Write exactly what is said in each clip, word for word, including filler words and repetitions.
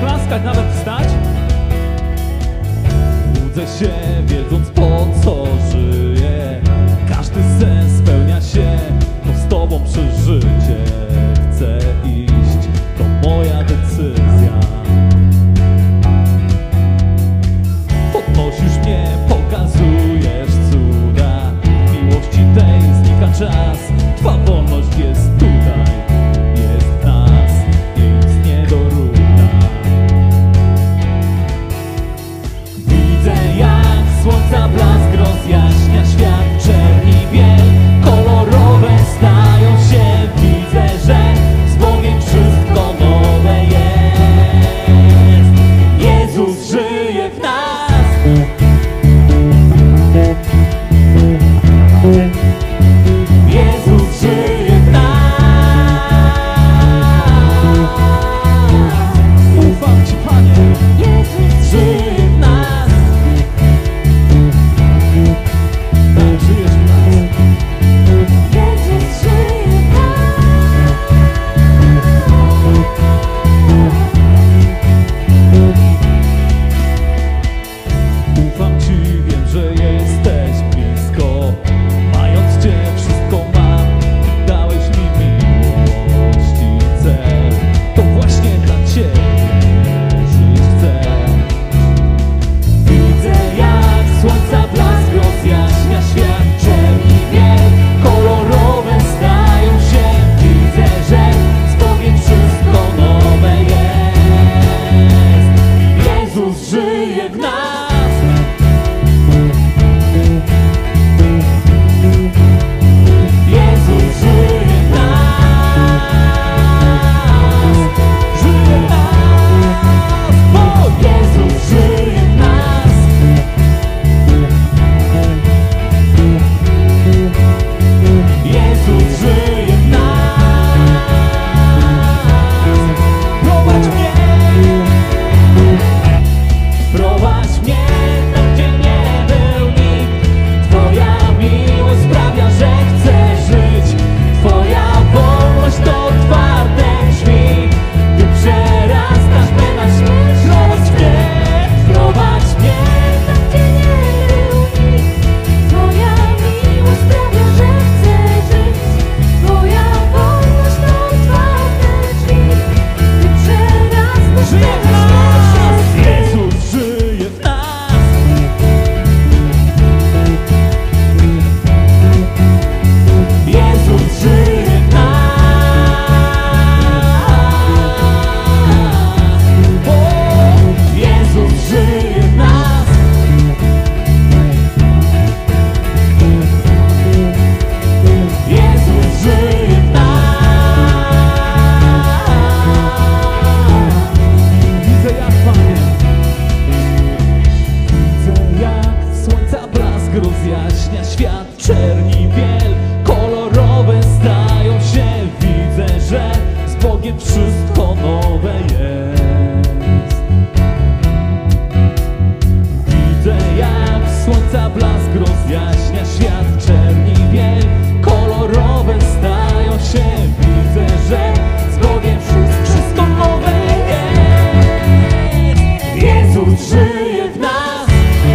zaklaskać, nawet wstać. Budzę się, wiedząc po co żyję. Każdy sens spełnia się, to z tobą przez życie chcę iść, to moja decyzja. Podnosisz mnie, pokazujesz cuda. W miłości tej znika czas, twa wolność jest tutaj, jest w nas, nic nie dorówna. Widzę jak słońca blask rozjaśnia świat, czerni biel, kolorowe stają się. Widzę, że z Bogiem wszystko nowe jest. Jezus żyje w nas. Jezus żyje w nas. Ufam Ci, Panie. Jezus żyje w nas. Tak, żyjesz w nas. Jezus żyje w nas. Ufam Ci, wiem, że jesteś blisko. Mając Cię wszystko mam, dałeś mi miłość i cel. To właśnie dla Ciebie żyć chcę. Widzę jak słońca blask rozjaśnia świat, czerni biel, kolorowe stają się. Widzę, że z Bogiem wszystko nowe jest. Jezus żyje w nas. Jezus żyje w nas. Żyje w nas, bo Jezus żyje w nas. Jezus żyje w nas. Prowadź mnie, prowadź mnie tam, gdzie nie był nikt. Twoja miłość sprawia, że chcę żyć. Twoja wolność to otwarte drzwi. Ty przerastasz mnie na śmierć. Prowadź mnie, prowadź mnie tam, gdzie nie był nikt. Twoja miłość sprawia, że chcę żyć. Twoja wolność to otwarte drzwi. Ty przerastasz Żyje mnie w na nas. śmierć. Jezus żyje w nas. Jezus żyje w nas. O, Jezus żyje w nas. Jezus żyje w nas. Widzę jak, Panie. Widzę jak słońca blask rozjaśnia świat, czerni biel, kolorowe stają się. Widzę, że z Bogiem wszystko nowe jest. Widzę jak słońca blask rozjaśnia świat, czerni biel, kolorowe stają się. Widzę, że z Bogiem wszystko nowe jest. Jezus żyje w nas.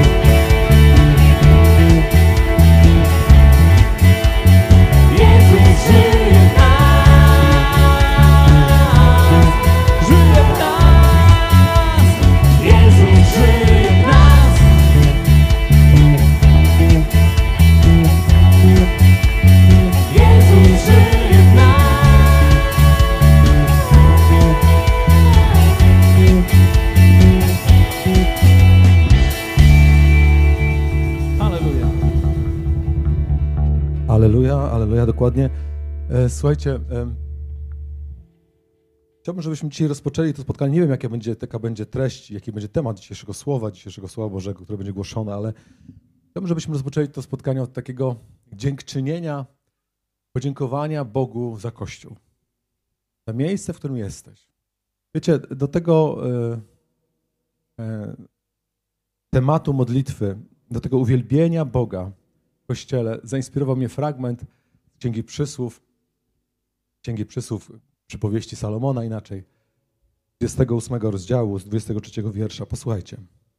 Jezus żyje w nas. Żyje w nas. Jezus żyje w nas. Jezus żyje w nas. Halleluja. Aleluja, aleluja, dokładnie. E, Słuchajcie, e, chciałbym, żebyśmy dzisiaj rozpoczęli to spotkanie. Nie wiem, jaka będzie, jaka będzie treść, jaki będzie temat dzisiejszego słowa, dzisiejszego Słowa Bożego, które będzie głoszone, ale chciałbym, żebyśmy rozpoczęli to spotkanie od takiego dziękczynienia, podziękowania Bogu za Kościół, za miejsce, w którym jesteś. Wiecie, do tego e, e, tematu modlitwy, do tego uwielbienia Boga w Kościele zainspirował mnie fragment z Księgi Przysłów, Księgi Przysłów, przypowieści Salomona inaczej. dwudziestego ósmego rozdziału, z dwudziestego trzeciego wiersza. Posłuchajcie.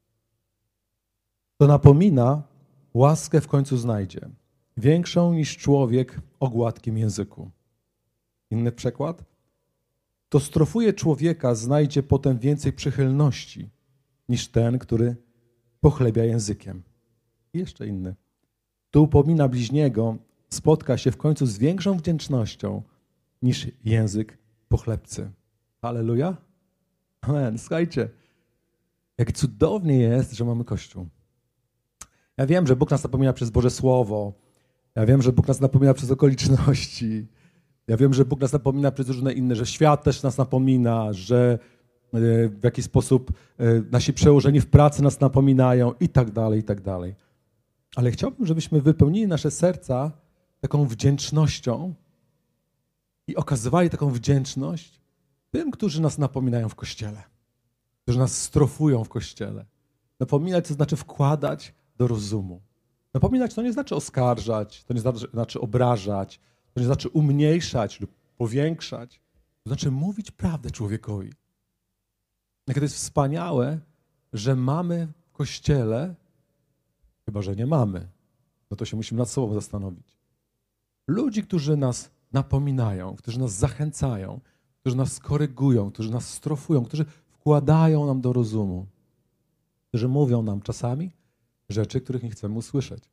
Kto napomina, łaskę w końcu znajdzie, większą niż człowiek o gładkim języku. Inny przekład? Kto strofuje człowieka, znajdzie potem więcej przychylności niż ten, który pochlebia językiem. I jeszcze inny. Kto upomina bliźniego, spotka się w końcu z większą wdzięcznością niż język pochlebcy. Halleluja. Amen. Słuchajcie, jak cudownie jest, że mamy Kościół. Ja wiem, że Bóg nas napomina przez Boże Słowo. Ja wiem, że Bóg nas napomina przez okoliczności. Ja wiem, że Bóg nas napomina przez różne inne, że świat też nas napomina, że w jakiś sposób nasi przełożeni w pracy nas napominają i tak dalej, i tak dalej. Ale chciałbym, żebyśmy wypełnili nasze serca taką wdzięcznością i okazywali taką wdzięczność tym, którzy nas napominają w Kościele, którzy nas strofują w Kościele. Napominać to znaczy wkładać do rozumu. Napominać to nie znaczy oskarżać, to nie znaczy, znaczy obrażać, to nie znaczy umniejszać lub powiększać. To znaczy mówić prawdę człowiekowi. Jakie to jest wspaniałe, że mamy w Kościele, chyba że nie mamy, no to się musimy nad sobą zastanowić. Ludzi, którzy nas napominają, którzy nas zachęcają, którzy nas korygują, którzy nas strofują, którzy wkładają nam do rozumu, którzy mówią nam czasami rzeczy, których nie chcemy usłyszeć.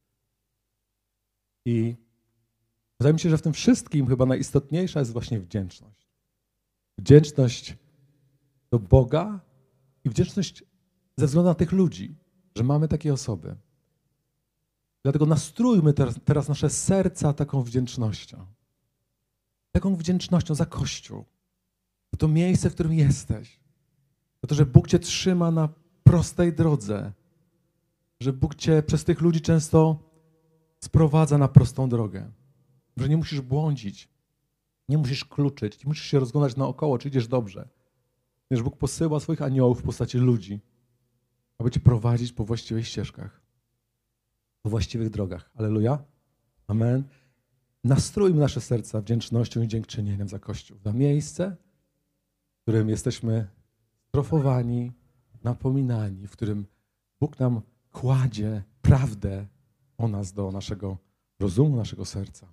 I wydaje mi się, że w tym wszystkim chyba najistotniejsza jest właśnie wdzięczność. Wdzięczność do Boga i wdzięczność ze względu na tych ludzi, że mamy takie osoby. Dlatego nastrójmy teraz, teraz nasze serca taką wdzięcznością. Taką wdzięcznością za Kościół. Za to miejsce, w którym jesteś. Za to, że Bóg cię trzyma na prostej drodze. Że Bóg cię przez tych ludzi często sprowadza na prostą drogę. Że nie musisz błądzić. Nie musisz kluczyć. Nie musisz się rozglądać naokoło, czy idziesz dobrze. Wiesz, Bóg posyła swoich aniołów w postaci ludzi, aby cię prowadzić po właściwych ścieżkach. Po właściwych drogach. Alleluja. Amen. Nastrójmy nasze serca wdzięcznością i dziękczynieniem za Kościół. Za miejsce, w którym jesteśmy strofowani, napominani, w którym Bóg nam kładzie prawdę o nas do naszego rozumu, naszego serca.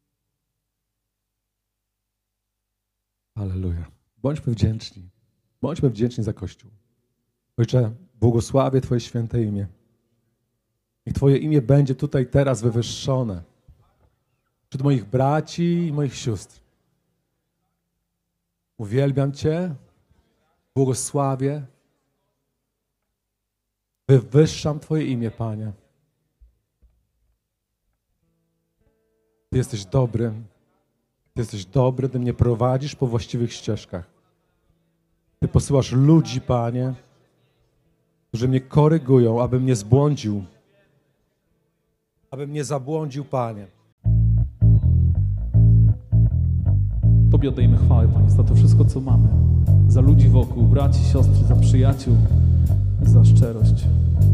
Alleluja. Bądźmy wdzięczni. Bądźmy wdzięczni za Kościół. Ojcze, błogosławię Twoje święte imię. Niech Twoje imię będzie tutaj teraz wywyższone wśród moich braci i moich sióstr. Uwielbiam Cię, błogosławię, wywyższam Twoje imię, Panie. Ty jesteś dobry. Ty jesteś dobry, Ty mnie prowadzisz po właściwych ścieżkach. Ty posyłasz ludzi, Panie, którzy mnie korygują, abym nie zbłądził. Abym nie zabłądził, Panie. Tobie oddajemy chwałę, Panie, za to wszystko, co mamy. Za ludzi wokół, braci, siostry, za przyjaciół, za szczerość.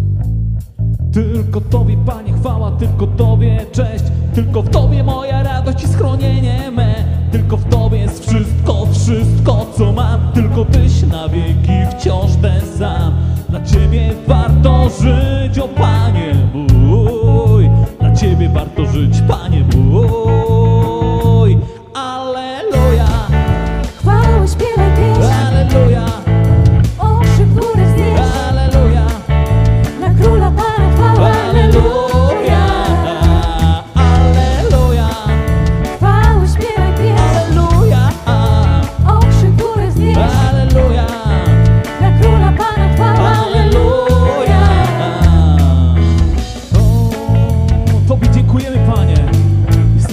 Tylko Tobie, Panie, chwała, tylko Tobie cześć. Tylko w Tobie moja radość i schronienie me. Tylko w Tobie jest wszystko, wszystko, co mam. Tylko Tyś na wieki wciąż ten sam. Dla Ciebie warto żyć, o Panie mój. Dla Ciebie warto żyć, Panie mój. Alleluja. Chwałę śpiewaj pieśń, Alleluja. okrzyk w górę wznieś. Alleluja. Na Króla Pana chwała. Alleluja. Alleluja. Chwałę śpiewaj pieśń, Alleluja. okrzyk w górę wznieś. Alleluja. Na Króla Pana chwała. Alleluja. O, Tobie dziękujemy, Panie.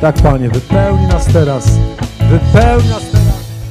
Tak, Panie, wypełnij nas teraz. Wypełnij nas teraz.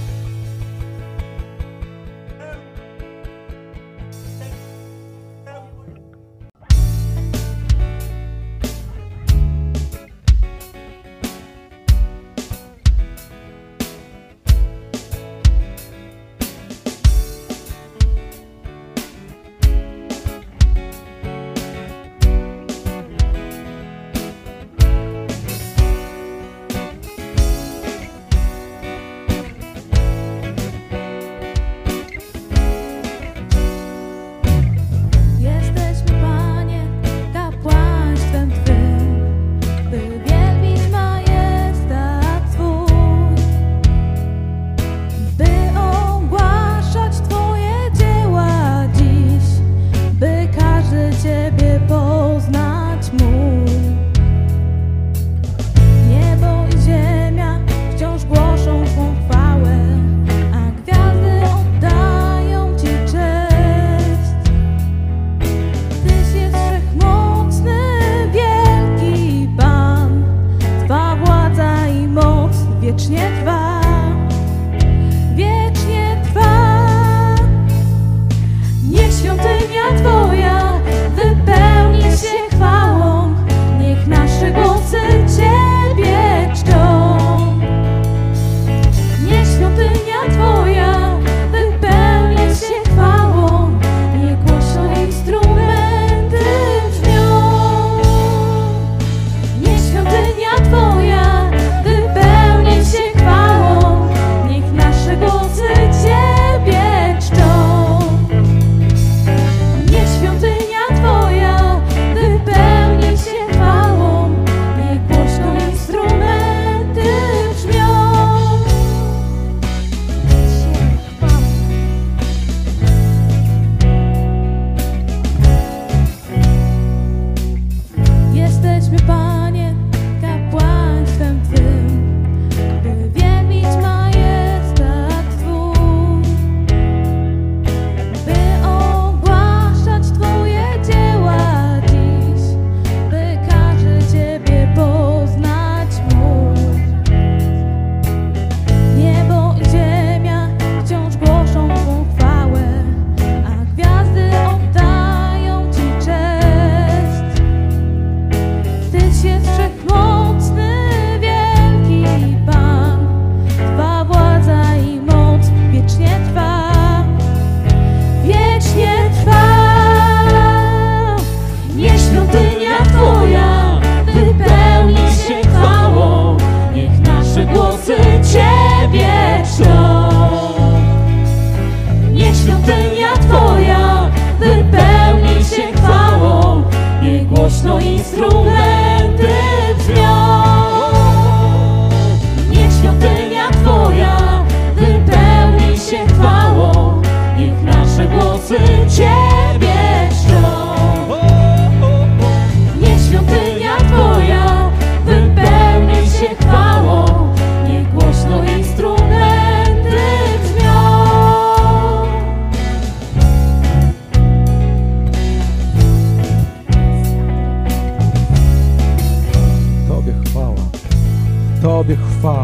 Tobie chwała.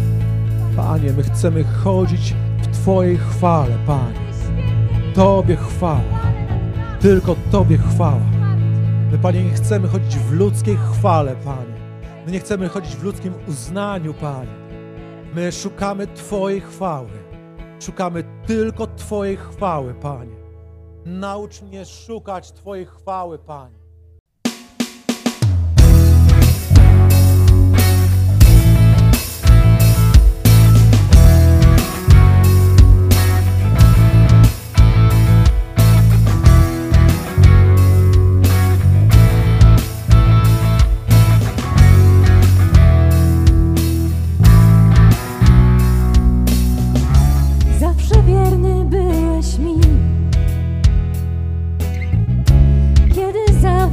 Panie, my chcemy chodzić w Twojej chwale, Panie. Tobie chwała. Tylko Tobie chwała. My, Panie, nie chcemy chodzić w ludzkiej chwale, Panie. My nie chcemy chodzić w ludzkim uznaniu, Panie. My szukamy Twojej chwały. Szukamy tylko Twojej chwały, Panie. Naucz mnie szukać Twojej chwały, Panie. Zawsze wierny byłeś mi, kiedy za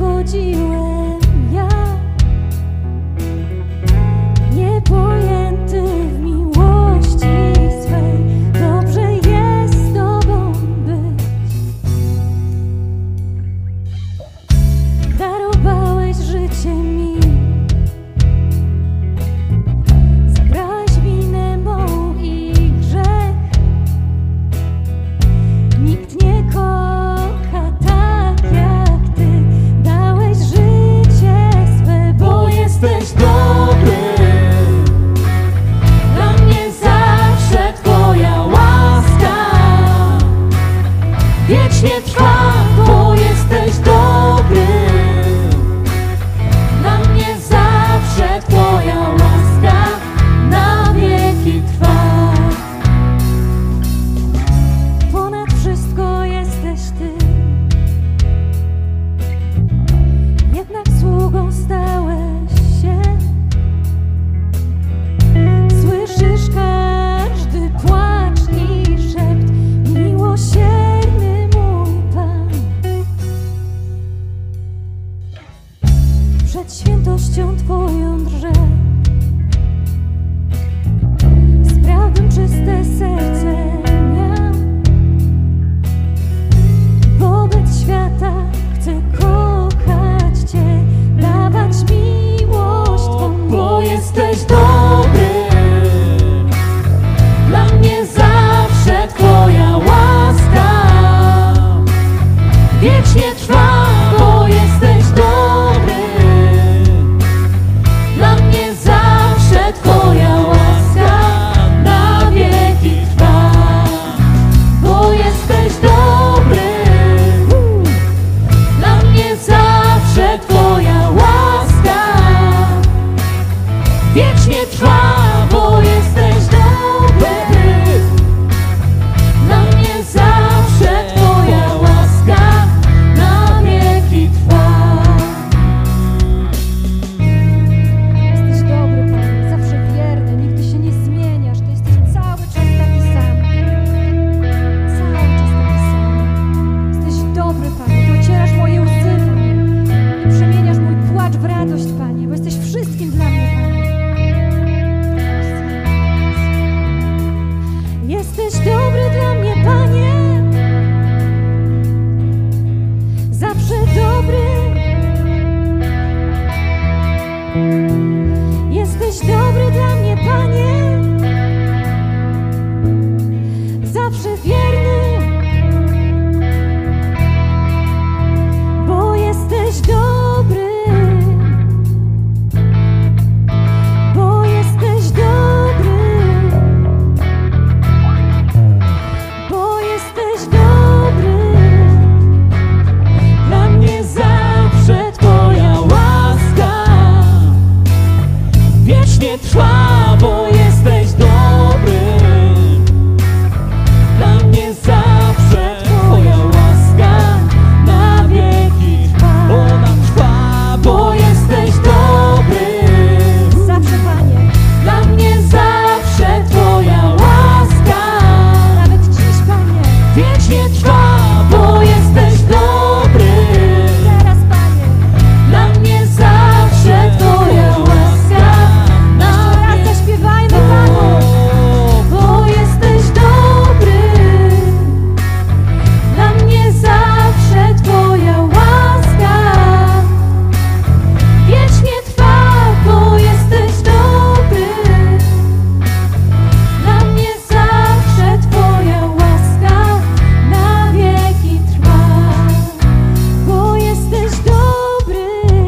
przed świętością Twoją drżę. Spraw, czyste serce miał. Wobec świata chcę kochać Cię, dawać miłość Twą, bo jesteś dobry. Dla mnie zawsze Twoja łaska wiecznie trwa, bo jesteś dobry. Dla mnie zawsze Twoja łaska na wieki trwa, bo jesteś dobry. Dla mnie zawsze Twoja łaska wiecznie trwa, bo jesteś dobry. Dla mnie zawsze Twoja łaska na wieki trwa. Jesteś dobry, Panie, zawsze wierny, nigdy się nie zmieniasz. Ty jesteś cały czas taki sam. Cały czas taki sam. Jesteś dobry, Panie, Ty ocierasz moje łzy, Panie. I przemieniasz mój płacz w radość, Panie, bo jesteś wszystkim dla mnie, Panie. Jesteś dobry dla mnie, Panie. Zawsze dobry. Jesteś dobry dla mnie, Panie. Zawsze wierny. Bo jesteś dobry. Bo jesteś dobry. Bo jesteś dobry. Dla mnie zawsze Twoja łaska wiecznie trwa, bo jesteś dobry. Dla mnie zawsze Twoja łaska na wieki trwa. Ona trwa, bo jesteś dobry. Zawsze, Panie. Dla mnie zawsze Twoja łaska Nawet dziś, Panie. wiecznie trwa, bo jesteś dobry. Teraz, Panie. Dla mnie zawsze Twoja łaska na Raz wieki. zaśpiewajmy Panu. Bo jesteś dobry. Dla mnie zawsze Twoja łaska wiecznie trwa, bo jesteś dobry. Dla mnie zawsze Twoja łaska na wieki trwa, bo jesteś dobry.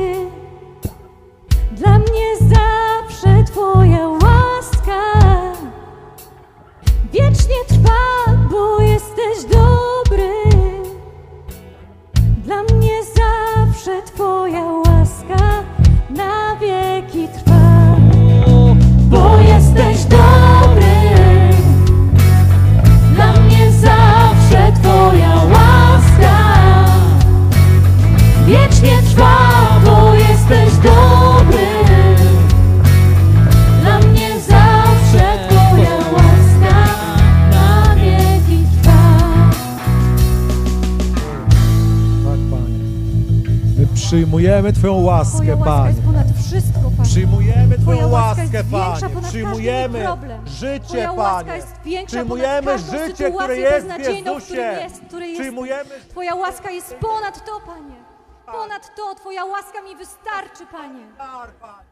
Dla mnie zawsze Twoja łaska wiecznie trwa, bo jesteś dobry. Dla mnie zawsze Twoja łaska na wieki trwa. Bo jesteś dobry. Dla mnie zawsze Twoja łaska wiecznie trwa, bo jesteś dobry. Dla mnie zawsze Twoja łaska na wieki trwa. Tak, Panie. My przyjmujemy Twoją łaskę, Twoja łaska Panie. jest ponad wszystko, Panie. Przyjmujemy Twoja Twoją łaska jest łaskę, większa Panie. ponad Przyjmujemy każdy problem. życie, Twoja łaska Panie. jest większa Przyjmujemy ponad każdą życie, sytuację które jest w beznadziejną, w którym Jezusie. jest, w której Przyjmujemy jestem. Twoja łaska jest ponad to, Panie. Ponad to. Twoja łaska mi wystarczy, Panie. dar, Panie.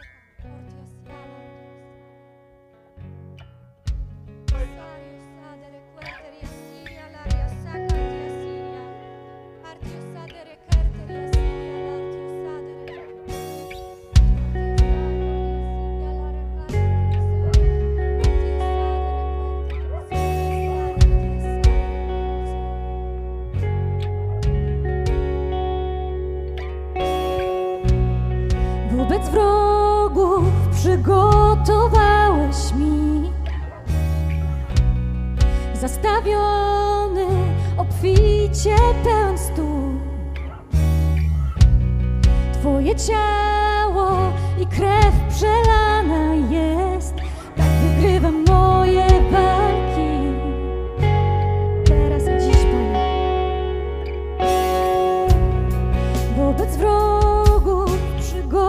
Wobec wrogów przygotowałeś mi zastawiony obficie pełen stół. Twoje ciało i krew przelana jest, tak wygrywam moje walki. Teraz i dziś, Panie. Wobec wrogów przygotowałeś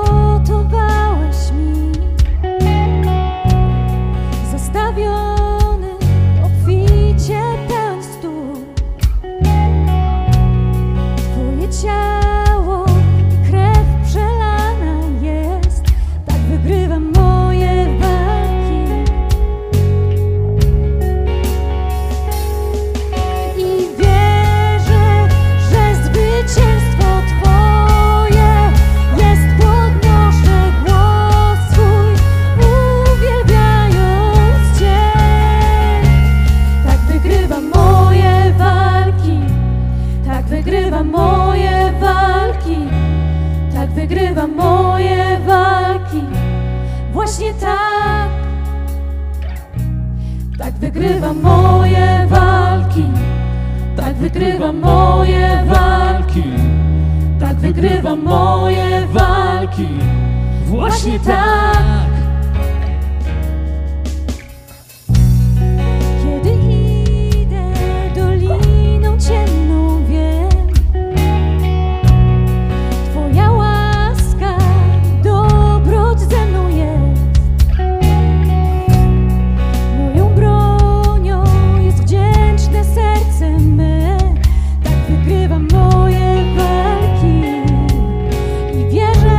moje walki. Właśnie tak. Tak wygrywam moje walki. Tak wygrywam moje walki. Tak wygrywam moje walki. Właśnie tak. Kiedy idę doliną ciemną, wiem, Twoja łaska, dobroć ze mną jest. Moją bronią jest wdzięczne serce me. Tak wygrywam moje walki i wierzę,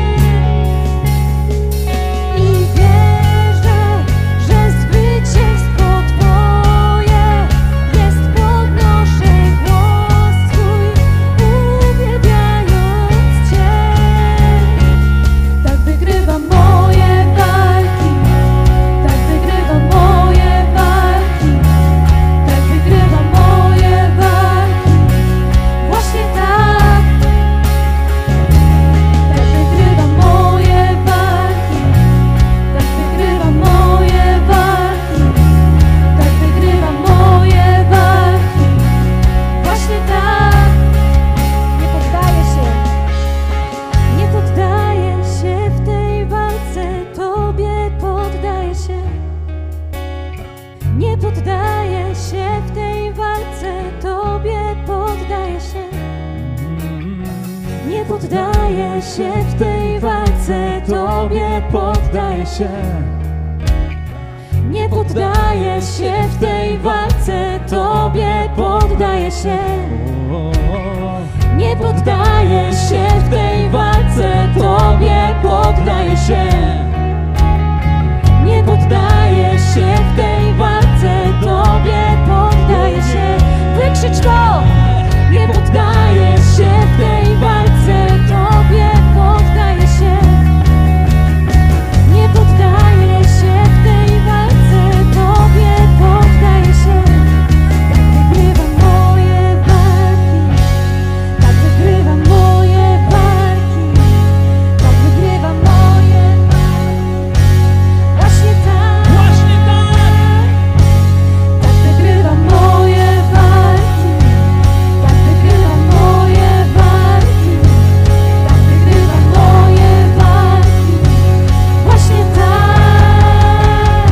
i wierzę, że zwycięstwo Twoje jest. Podnoszę głos swój, uwielbiając Cię. Tak wygrywam moje walki. Tak wygrywam moje walki. Tak wygrywam moje walki. Właśnie tak. Tak wygrywam moje walki. Tak wygrywam moje walki. Tak wygrywam moje walki. Właśnie tak. Nie poddaję się. Nie poddaję się w tej walce. Tobie poddaję się. Nie poddaję się w tej walce. Tobie poddaję się. Nie poddaję się w tej walce. Tobie poddaję się. Nie poddaję się w tej walce. Tobie poddaję się. Nie poddaję się w tej walce. Tobie poddaję się. Nie poddaję się w tej walce. Tobie poddaję się. Wykrzycz to! Nie poddaję się w tej walce. Tobie poddaję się. Nie poddaję się w tej walce. Tobie poddaję się. Tak wygrywam moje walki. Tak wygrywam moje walki. Tak wygrywam moje walki. Właśnie tak. Właśnie tak. Tak wygrywam moje walki. Tak wygrywam moje walki. Tak wygrywam moje walki. Właśnie tak.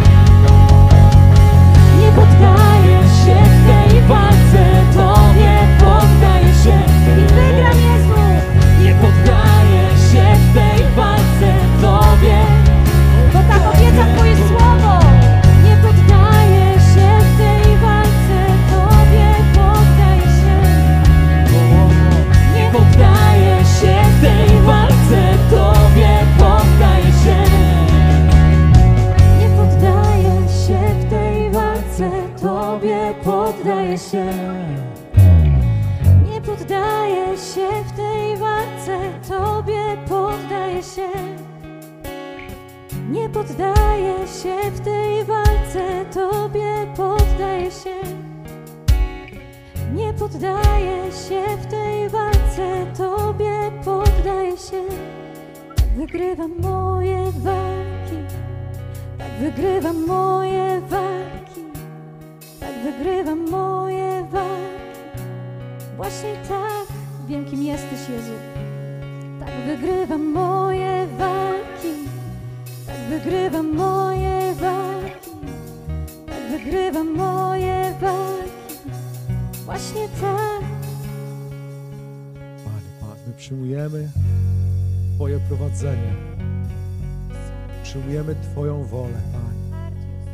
Nie poddaję się w tej walce. Tobie poddaję się. I wygram, Jezu. Nie poddaję się w tej walce Tobie. Bo tak obieca Twoje słowo. Nie poddaję się w tej walce. Tobie poddaję się. Nie poddaję się w tej walce Tobie poddaję się. Nie poddaję się w tej walce. Tobie poddaję się. Nie poddaję się w tej walce. Tobie poddaję się. Nie poddaję się w tej walce. Tobie poddaję się. Nie poddaję się w tej walce. Tobie poddaję się. Tak wygrywam moje walki. Tak wygrywam moje walki. Tak wygrywam moje walki. Właśnie tak. Wiem, kim jesteś, Jezu. Tak wygrywam moje walki. Tak wygrywam moje walki. Tak wygrywam moje walki. Właśnie tak. Panie, Panie, my przyjmujemy Twoje prowadzenie. Przyjmujemy Twoją wolę, Panie.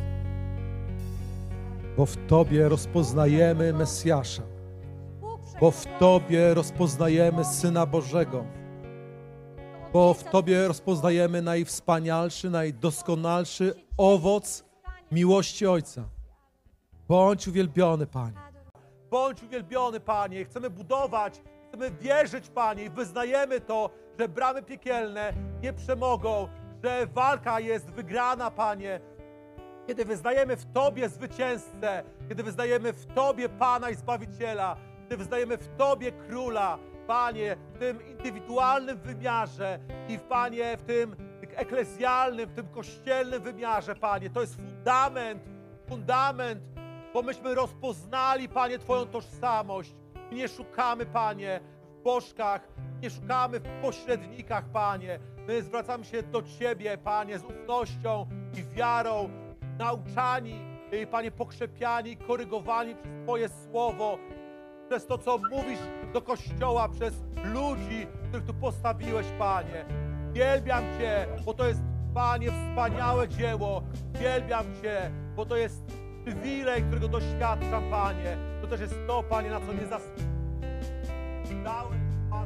Bo w Tobie rozpoznajemy Mesjasza. Bo w Tobie rozpoznajemy Syna Bożego. Bo w Tobie rozpoznajemy najwspanialszy, najdoskonalszy owoc miłości Ojca. Bądź uwielbiony, Panie. Bądź uwielbiony, Panie. Chcemy budować, chcemy wierzyć, Panie, i wyznajemy to, że bramy piekielne nie przemogą, że walka jest wygrana, Panie. Kiedy wyznajemy w Tobie zwycięzcę, kiedy wyznajemy w Tobie Pana i Zbawiciela, kiedy wyznajemy w Tobie Króla, Panie, w tym indywidualnym wymiarze i w Panie, w tym eklezjalnym, w tym kościelnym wymiarze, Panie. To jest fundament, fundament, bo myśmy rozpoznali, Panie, Twoją tożsamość. Nie szukamy, Panie, w bożkach, nie szukamy w pośrednikach, Panie. My zwracamy się do Ciebie, Panie, z ufnością i wiarą, nauczani, Panie, pokrzepiani, korygowani przez Twoje słowo, przez to, co mówisz do Kościoła, przez ludzi, których Tu postawiłeś, Panie. Wielbiam Cię, bo to jest, Panie, wspaniałe dzieło. Wielbiam Cię, bo to jest przywilej, którego doświadczam, Panie. To też jest to, Panie, na co nie zasługuję. Dałeś pas.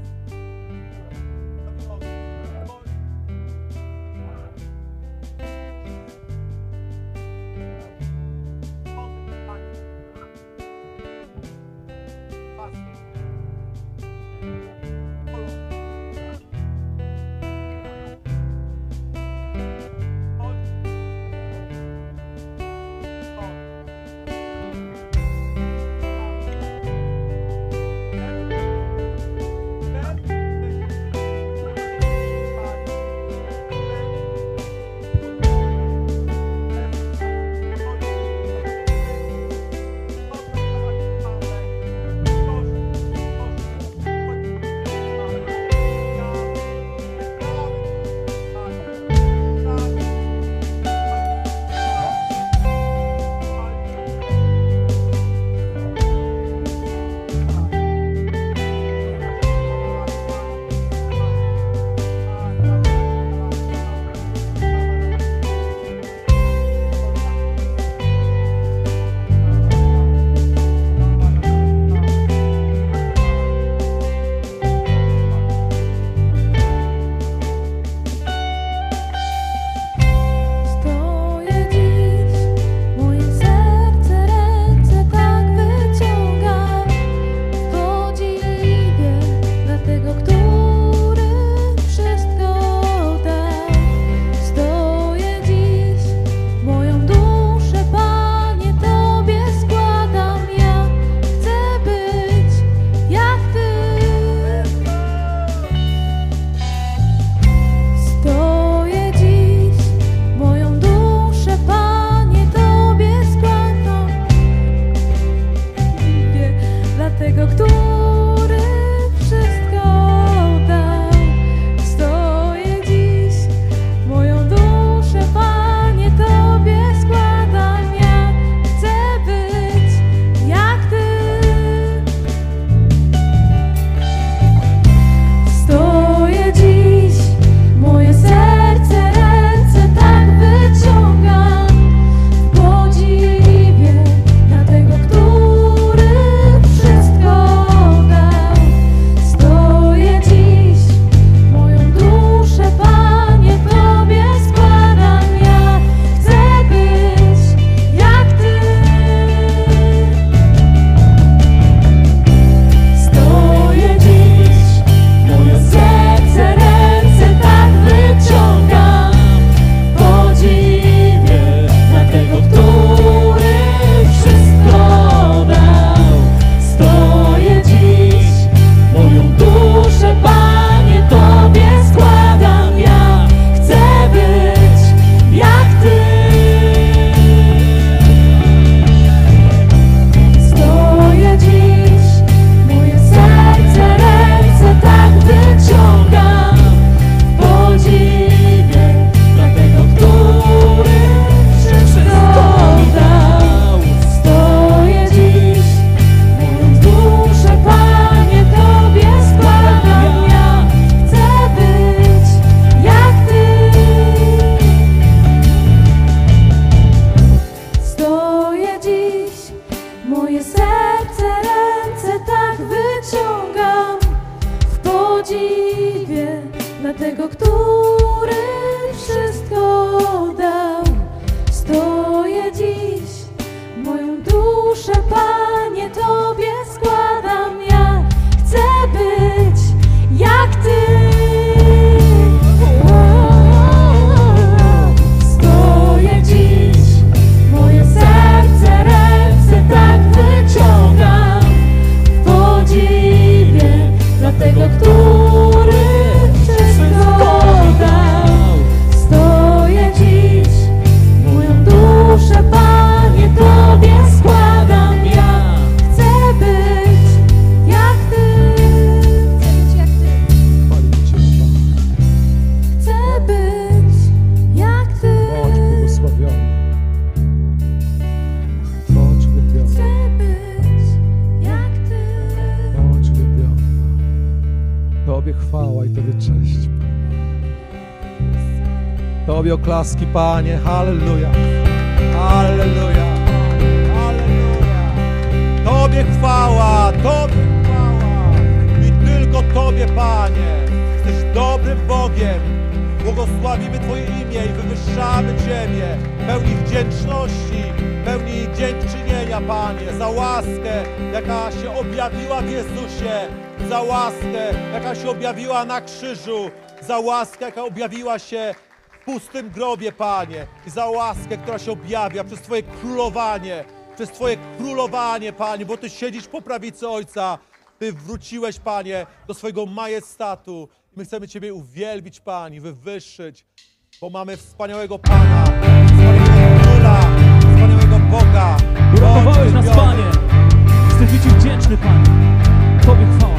Tobie oklaski, Panie, halleluja, halleluja, halleluja. Tobie chwała, Tobie chwała i tylko Tobie, Panie. Jesteś dobrym Bogiem. Błogosławimy Twoje imię i wywyższamy Ciebie, pełni wdzięczności, pełni dziękczynienia, Panie, za łaskę, jaka się objawiła w Jezusie, za łaskę, jaka się objawiła na krzyżu, za łaskę, jaka objawiła się w pustym grobie, Panie, i za łaskę, która się objawia przez Twoje królowanie, przez Twoje królowanie, Panie, bo Ty siedzisz po prawicy Ojca, Ty wróciłeś, Panie, do swojego majestatu. My chcemy Ciebie uwielbić, Panie, wywyższyć, bo mamy wspaniałego Pana, wspaniałego Króla, wspaniałego Boga. Uratowałeś nas, Panie. Jesteśmy Ci wdzięczni, Panie. Tobie chwała.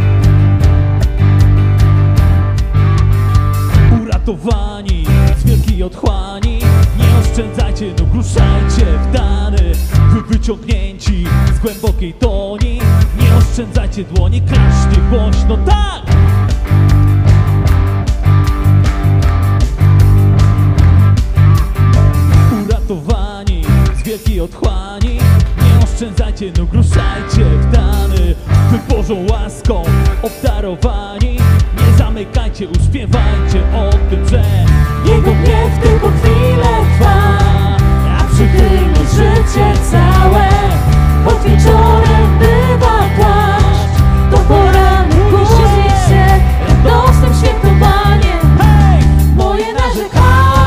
Uratowani z wielkiej otchłani, nie oszczędzajcie, no ruszajcie w dany. Wy wyciągnięci z głębokiej toni, nie oszczędzajcie dłoni, klaszcie głośno, tak! Uratowani z wielkiej otchłani, nie oszczędzajcie, no ruszajcie w dany. Wy Bożą łaską obdarowani, nie zamykajcie, uśpiewajcie o tym, że Jego gniew tylko chwilę trwa, a przychylność życie całe. Pod wieczorem bywa płaszcz, do poranku budzi się radosnym świętowaniem. Moje narzekanie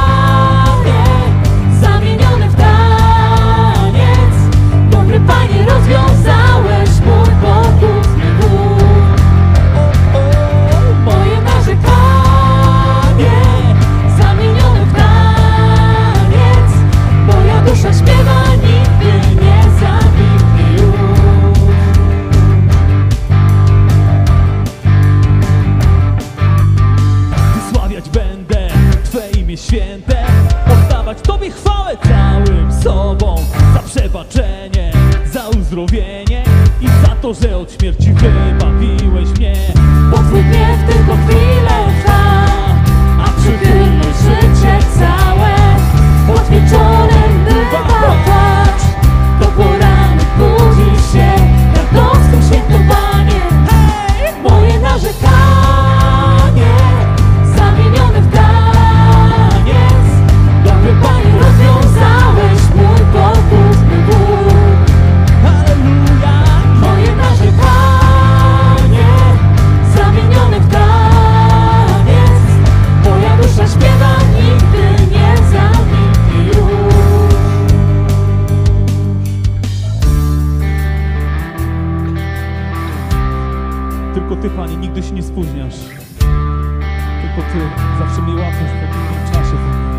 zamienione w taniec. Dobry Panie, rozwiązałeś mój pokutny ból. Moje narzekanie zamienione w taniec. Moja dusza śpiewa, nigdy nie zamilknie już. Wysławiać będę Twe imię święte, oddawać Tobie chwałę całym sobą, za przebaczenie, za uzdrowienie i za to, że od śmierci wybawiłeś mnie. Bo Twój gniew tylko chwilę trwa, a przychylność życie całe. Pod wieczorem bywa płacz, do poranek budzi się radosnym świętowaniem. Moje narzekanie zamienione w taniec. Dobry Panie, rozwiązałeś mój pokutny ból. Halleluja. Moje narzekanie zamienione w taniec. Moja dusza śpiewa, nigdy nie zamilknie już. Tylko Ty, Panie, nigdy się nie spóźniasz. Tylko Ty zawsze mi łapiesz w odpowiednim czasie, Panie.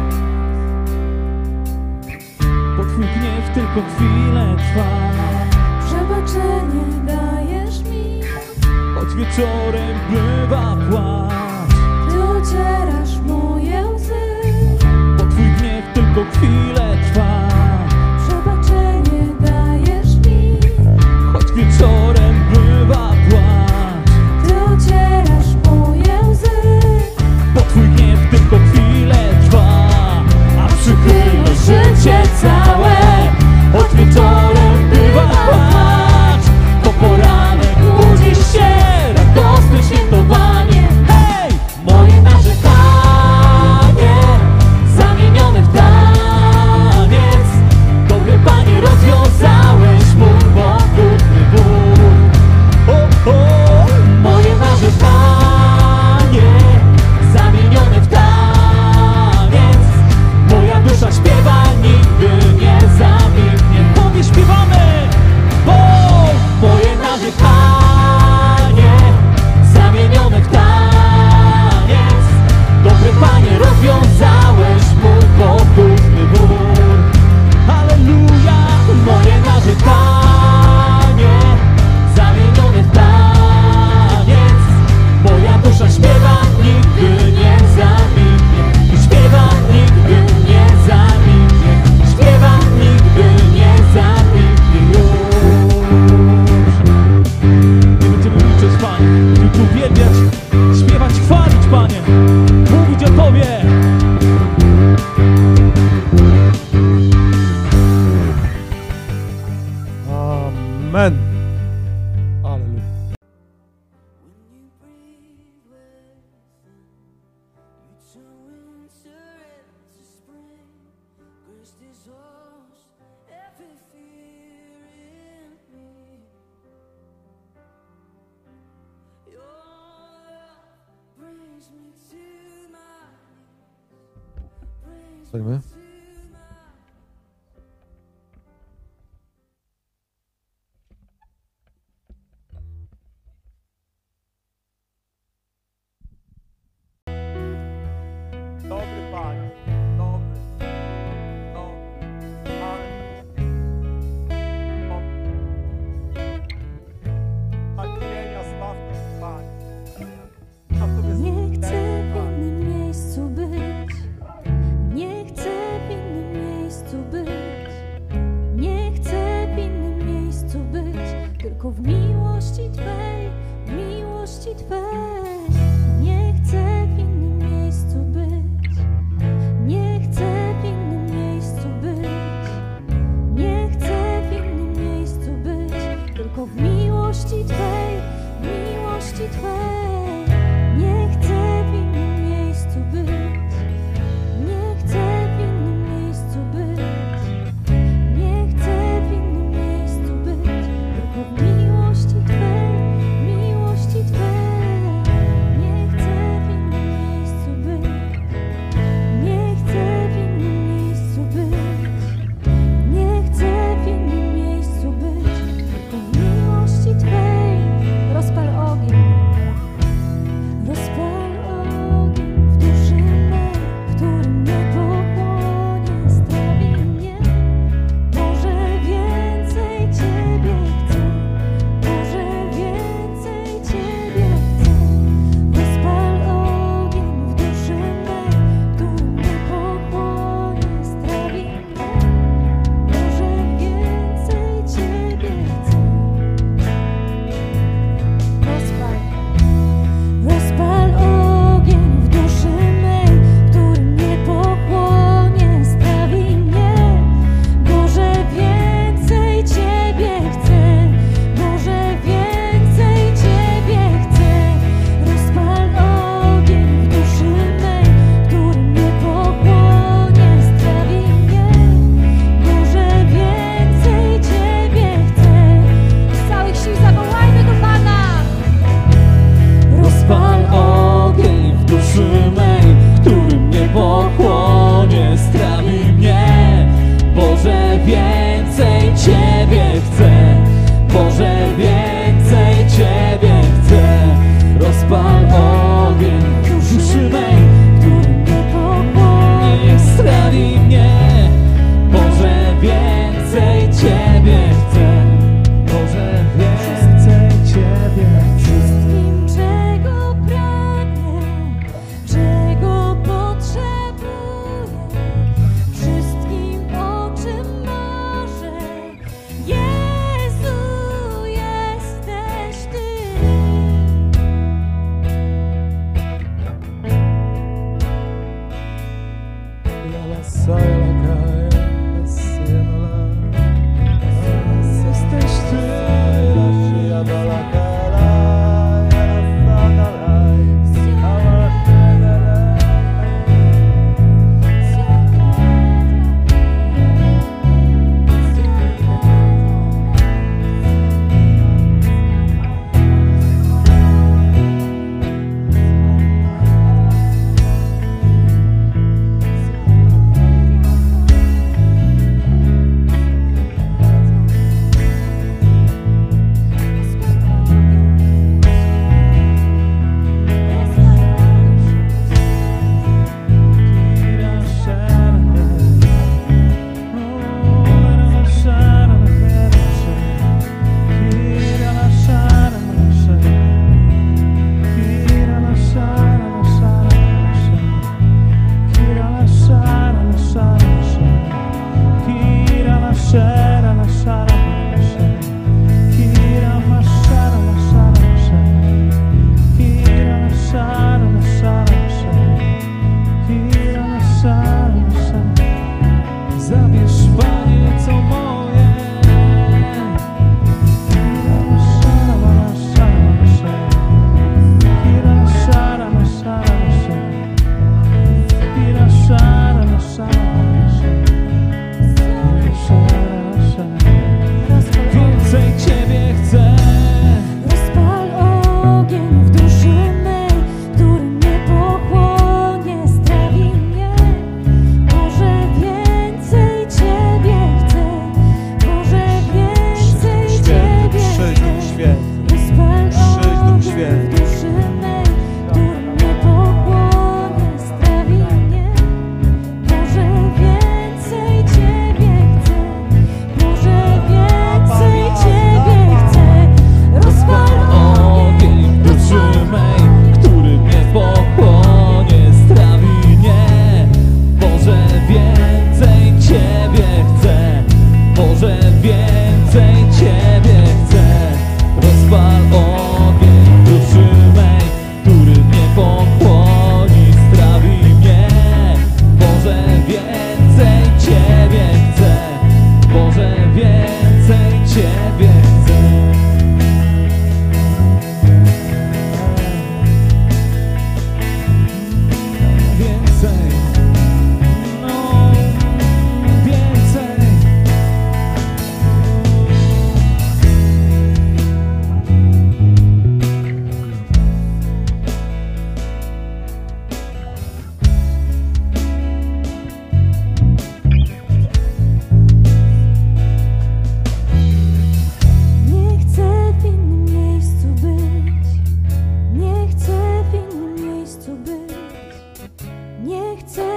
Bo Twój gniew tylko chwilę trwa, Przebaczenie dajesz mi, choć wieczorem bywa płacz. Ty ocierasz moje łzy. Bo Twój gniew tylko chwilę trwa, Przebaczenie dajesz mi, choć wieczorem bywa płacz. Ty ocierasz moje łzy. Bo Twój gniew tylko chwilę trwa, a przychylność życie całe. Od wieczorem bywa płacz, po poranek budzi się radosne świętowanie. Stańmy. Dobry Panie, dobry, dobry Panie, dobry. Nadzienia, sławny Panie. A Tobie Nie chcę zwycięstwo, w Panie. innym miejscu być. Nie chcę w innym miejscu być. Nie chcę w innym miejscu być. Tylko w miłości Twej, w miłości Twej. Nie chcę w innym miejscu być. Nie chcę w innym miejscu być. Nie chcę w innym miejscu być. Tylko w miłości Twej, w miłości Twej. Nie chcę w innym miejscu być. Nie chcę w innym miejscu być. Nie chcę w innym miejscu być. Tylko w miłości Twej, w miłości Twej. Nie chcę w innym miejscu być. Nie chcę w innym miejscu być. Nie chcę w innym miejscu być. Tylko w miłości Twej. Rozpal ogień. Rozpal ogień w duszy mej, który mnie pochłonie, strawi mnie. Może więcej Ciebie chcę, może więcej Ciebie chcę. Rozpal ogień w duszy mej, który mnie pochłonie, strawi mnie. Może więcej Ciebie chcę. Rozpal. Rozpal ogień w duszy mej, który mnie pochłonie, sprawi mnie. Może więcej Ciebie chcę, może więcej Ciebie chcę. Rozpal ogień w duszy mej, który mnie pochłonie, sprawi mnie. Może więcej Ciebie chcę. Z całych sił zawołajmy do Pana. Rozpal ogień w duszy mej, który mnie pochłonie, strawi mnie. Boże, więcej Ciebie chcę, Boże, więcej Ciebie chcę. Rozpal ogień w duszy mej, który mnie pochłonie, strawi mnie. Boże, więcej Ciebie chcę, Boże, więcej Ciebie chcę. Wszystkim, czego pragnie, czego potrzebuję, wszystkim, o czym marzę, Jezu, jesteś Ty. Jesteś Ty. Rozpal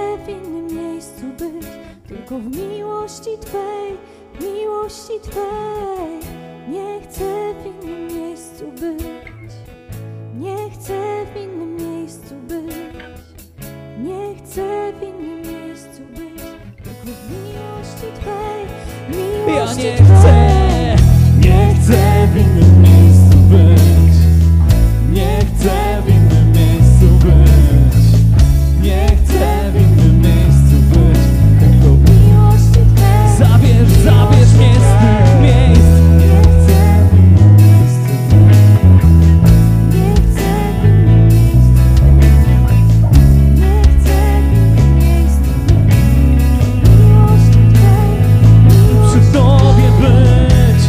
w innym miejscu być, tylko w miłości Twej, w miłości Twej. Nie chcę w innym miejscu być, nie chcę w innym miejscu być, nie chcę w innym miejscu być, tylko w miłości Twej, w miłości Ja nie Twej. chcę, nie chcę w innym miejscu być. Nie chcę w innym miejscu być. Nie chcę w innym miejscu być. Tylko W miłości Twej. zabierz, zabierz mnie z tych miejsc. Nie chcę w innym miejscu być, nie chcę w innym miejscu być, nie chcę w innym miejscu być. W miłości Twej, w Przy miłości Tobie być.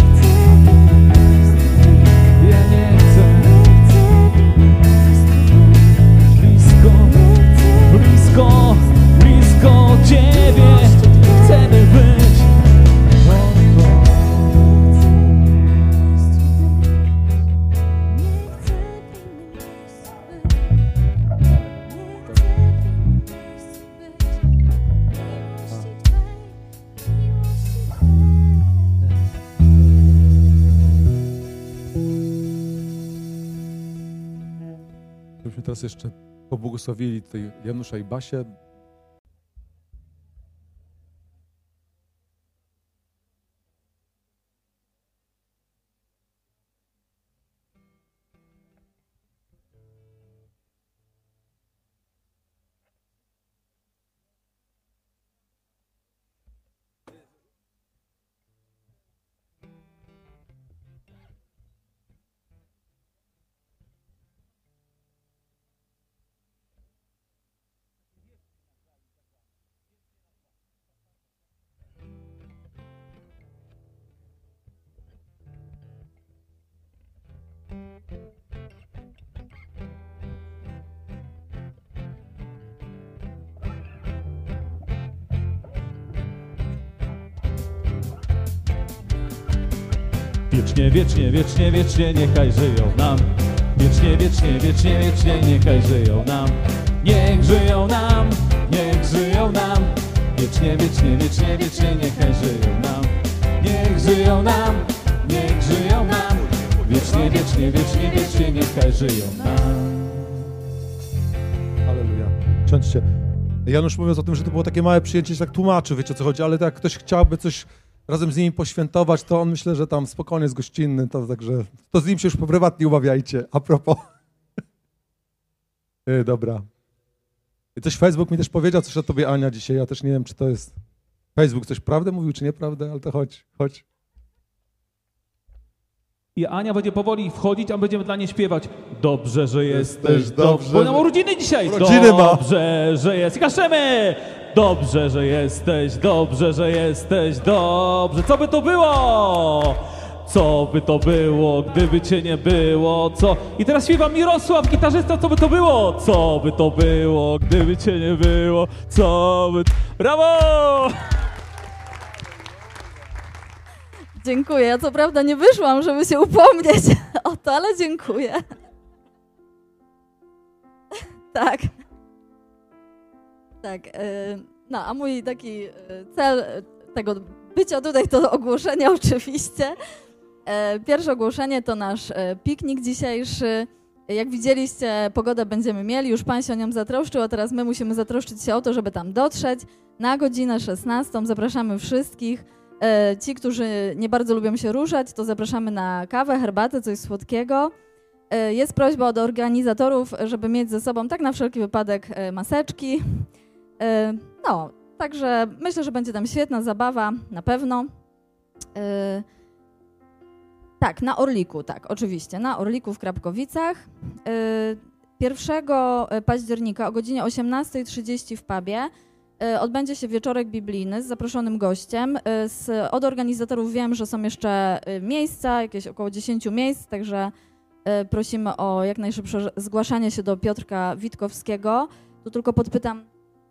Nie chcę w innym miejscu być, Ja nie chcę. nie chcę w innym miejscu być, Blisko, nie chcę w blisko, blisko Ciebie chcemy być. Żebyśmy teraz jeszcze pobłogosławili tutaj Janusza i Basię. Wiecznie, wiecznie, wiecznie, wiecznie niechaj żyją nam. Wiecznie, wiecznie, wiecznie, wiecznie niechaj żyją nam. Niech żyją nam, niech żyją nam. Wiecznie, wiecznie, wiecznie, wiecznie niechaj żyją nam. Niech żyją nam, niech żyją nam. Wiecznie, wiecznie, wiecznie, wiecznie niechaj żyją nam. Halleluja. Siądźcie. Janusz, mówiąc o tym, że to było takie małe przyjęcie, się tak tłumaczy, wiecie o co chodzi, ale tak jak ktoś chciałby coś razem z nimi poświętować, to on myślę, że tam spokojnie jest gościnny, to także to z nim się już po prywatnie umawiajcie. A propos. Yy, dobra. I coś Facebook mi też powiedział, coś o tobie, Ania, dzisiaj. Ja też nie wiem, czy to jest Facebook coś prawdę mówił, czy nieprawdę, ale to chodź, chodź. I Ania będzie powoli wchodzić, a będziemy dla niej śpiewać. Dobrze, że jesteś, Jesteś dobrze, Bo ona ma że- urodziny dzisiaj. Urodziny ma. Dobrze, że jest. I kaszemy! Dobrze, że jesteś, dobrze, że jesteś, dobrze. Co by to było? Co by to było, gdyby cię nie było? Co? I teraz śpiewa Mirosław, gitarzysta, co by to było? Co by to było, gdyby cię nie było? Co by... Brawo! Dziękuję. Ja co prawda nie wyszłam, żeby się upomnieć o to, ale dziękuję. Tak. Tak. y, No, a mój taki y, cel y, tego bycia tutaj to ogłoszenie oczywiście. E, Pierwsze ogłoszenie to nasz e, piknik dzisiejszy. Jak widzieliście, pogodę będziemy mieli, już Pan się o nią zatroszczył, a teraz my musimy zatroszczyć się o to, żeby tam dotrzeć na godzinę szesnastą. Zapraszamy wszystkich. E, Ci, którzy nie bardzo lubią się ruszać, to zapraszamy na kawę, herbatę, coś słodkiego. E, Jest prośba od organizatorów, żeby mieć ze sobą tak na wszelki wypadek e, maseczki. E, No, także myślę, że będzie tam świetna zabawa, na pewno. E, Tak, na Orliku, tak, oczywiście, na Orliku w Krapkowicach. E, pierwszego października o godzinie osiemnastej trzydzieści w pubie e, odbędzie się wieczorek biblijny z zaproszonym gościem. E, z, od organizatorów wiem, że są jeszcze e, miejsca, jakieś około dziesięć miejsc, także e, prosimy o jak najszybsze zgłaszanie się do Piotrka Witkowskiego. Tu tylko podpytam.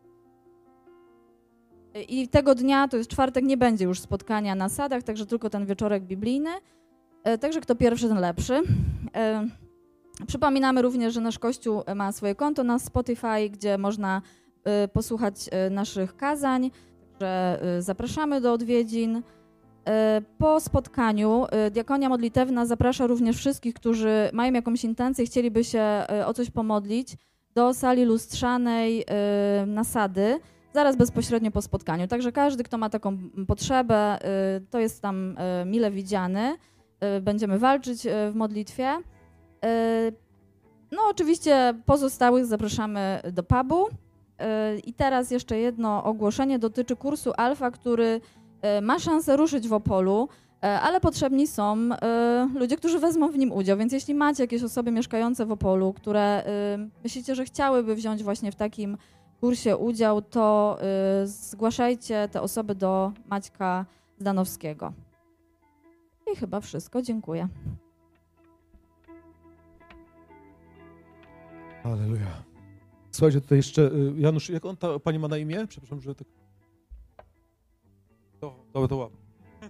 I tego dnia, to jest czwartek, nie będzie już spotkania na sadach, także tylko ten wieczorek biblijny. E, Także kto pierwszy, ten lepszy. E, Przypominamy również, że nasz Kościół ma swoje konto na Spotify, gdzie można y, posłuchać y, naszych kazań, także y, zapraszamy do odwiedzin. Y, po spotkaniu y, Diakonia Modlitewna zaprasza również wszystkich, którzy mają jakąś intencję, chcieliby się y, o coś pomodlić, do sali lustrzanej y, Nasady, zaraz bezpośrednio po spotkaniu. Także każdy, kto ma taką potrzebę, y, to jest tam y, mile widziany. Y, będziemy walczyć y, w modlitwie. Y, no oczywiście pozostałych zapraszamy do pubu. Y, I teraz jeszcze jedno ogłoszenie dotyczy kursu Alfa, który y, ma szansę ruszyć w Opolu, y, ale potrzebni są y, ludzie, którzy wezmą w nim udział. Więc jeśli macie jakieś osoby mieszkające w Opolu, które y, myślicie, że chciałyby wziąć właśnie w takim kursie udział, to y, zgłaszajcie te osoby do Maćka Zdanowskiego. I chyba wszystko. Dziękuję. Halleluja. Słuchajcie, tutaj jeszcze y, Janusz, jak on ta pani ma na imię? Przepraszam, że tak. To, to, to ładnie.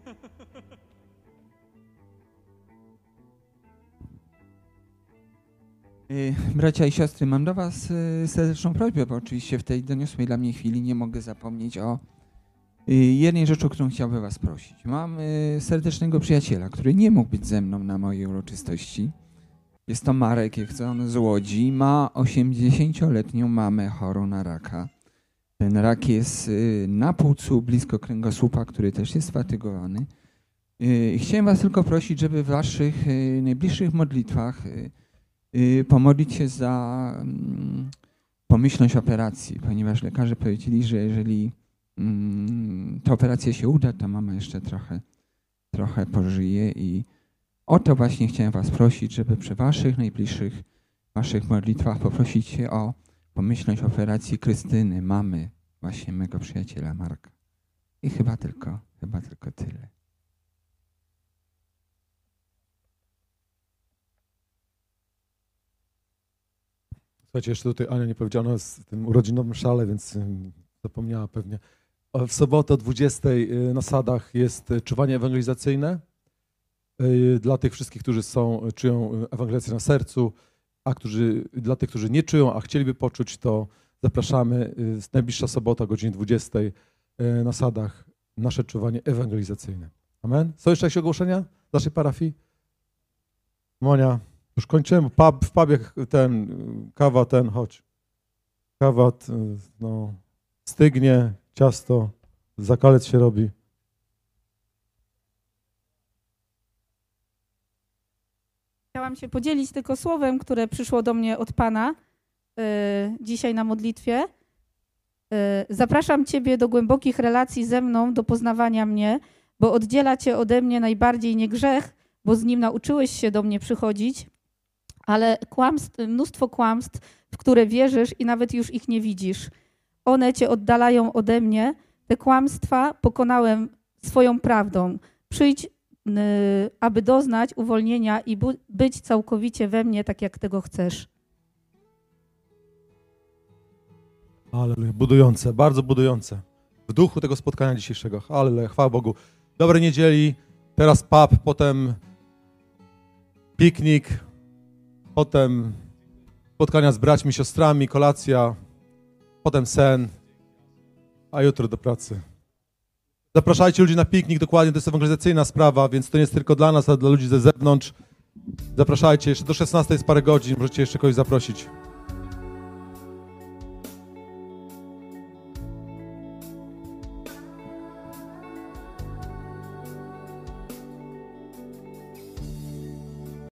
Bracia i siostry, mam do was serdeczną prośbę, bo oczywiście w tej doniosłej dla mnie chwili nie mogę zapomnieć o jednej rzeczy, o którą chciałbym was prosić. Mam serdecznego przyjaciela, który nie mógł być ze mną na mojej uroczystości. Jest to Marek, jest on z Łodzi, ma osiemdziesięcioletnią mamę chorą na raka. Ten rak jest na płucu, blisko kręgosłupa, który też jest sfatygowany. Chciałem was tylko prosić, żeby w waszych najbliższych modlitwach pomodlić się za um, pomyślność operacji, ponieważ lekarze powiedzieli, że jeżeli um, ta operacja się uda, to mama jeszcze trochę, trochę pożyje i o to właśnie chciałem was prosić, żeby przy waszych najbliższych waszych modlitwach poprosić się o pomyślność operacji Krystyny, mamy właśnie mego przyjaciela Marka. I chyba tylko, chyba tylko tyle. Słuchajcie, jeszcze tutaj Ania nie powiedziała, ona jest w tym urodzinowym szale, więc zapomniała pewnie. W sobotę o dwudziestej na Sadach jest czuwanie ewangelizacyjne dla tych wszystkich, którzy są, czują ewangelizację na sercu, a którzy, dla tych, którzy nie czują, a chcieliby poczuć, to zapraszamy. Najbliższa sobota o godzinie dwudziestej na Sadach nasze czuwanie ewangelizacyjne. Amen. Są jeszcze jakieś ogłoszenia z naszej parafii? Monia. Już kończymy. Pub, w pubie ten, kawa ten, chodź. Kawa, no, stygnie, ciasto, zakalec się robi. Chciałam się podzielić tylko słowem, które przyszło do mnie od Pana y, dzisiaj na modlitwie. Y, zapraszam Ciebie do głębokich relacji ze mną, do poznawania mnie, bo oddziela Cię ode mnie najbardziej nie grzech, bo z nim nauczyłeś się do mnie przychodzić, ale kłamstw, mnóstwo kłamstw, w które wierzysz i nawet już ich nie widzisz. One Cię oddalają ode mnie. Te kłamstwa pokonałem swoją prawdą. Przyjdź, yy, aby doznać uwolnienia i bu- być całkowicie we mnie, tak jak tego chcesz. Halleluja, budujące, bardzo budujące. W duchu tego spotkania dzisiejszego. Halleluja, chwała Bogu. Dobrej niedzieli, teraz pub, potem piknik, potem spotkania z braćmi, siostrami, kolacja, potem sen, a jutro do pracy. Zapraszajcie ludzi na piknik, dokładnie, to jest ewangelizacyjna sprawa, więc to nie jest tylko dla nas, ale dla ludzi ze zewnątrz. Zapraszajcie, jeszcze do szesnastej jest parę godzin, możecie jeszcze kogoś zaprosić.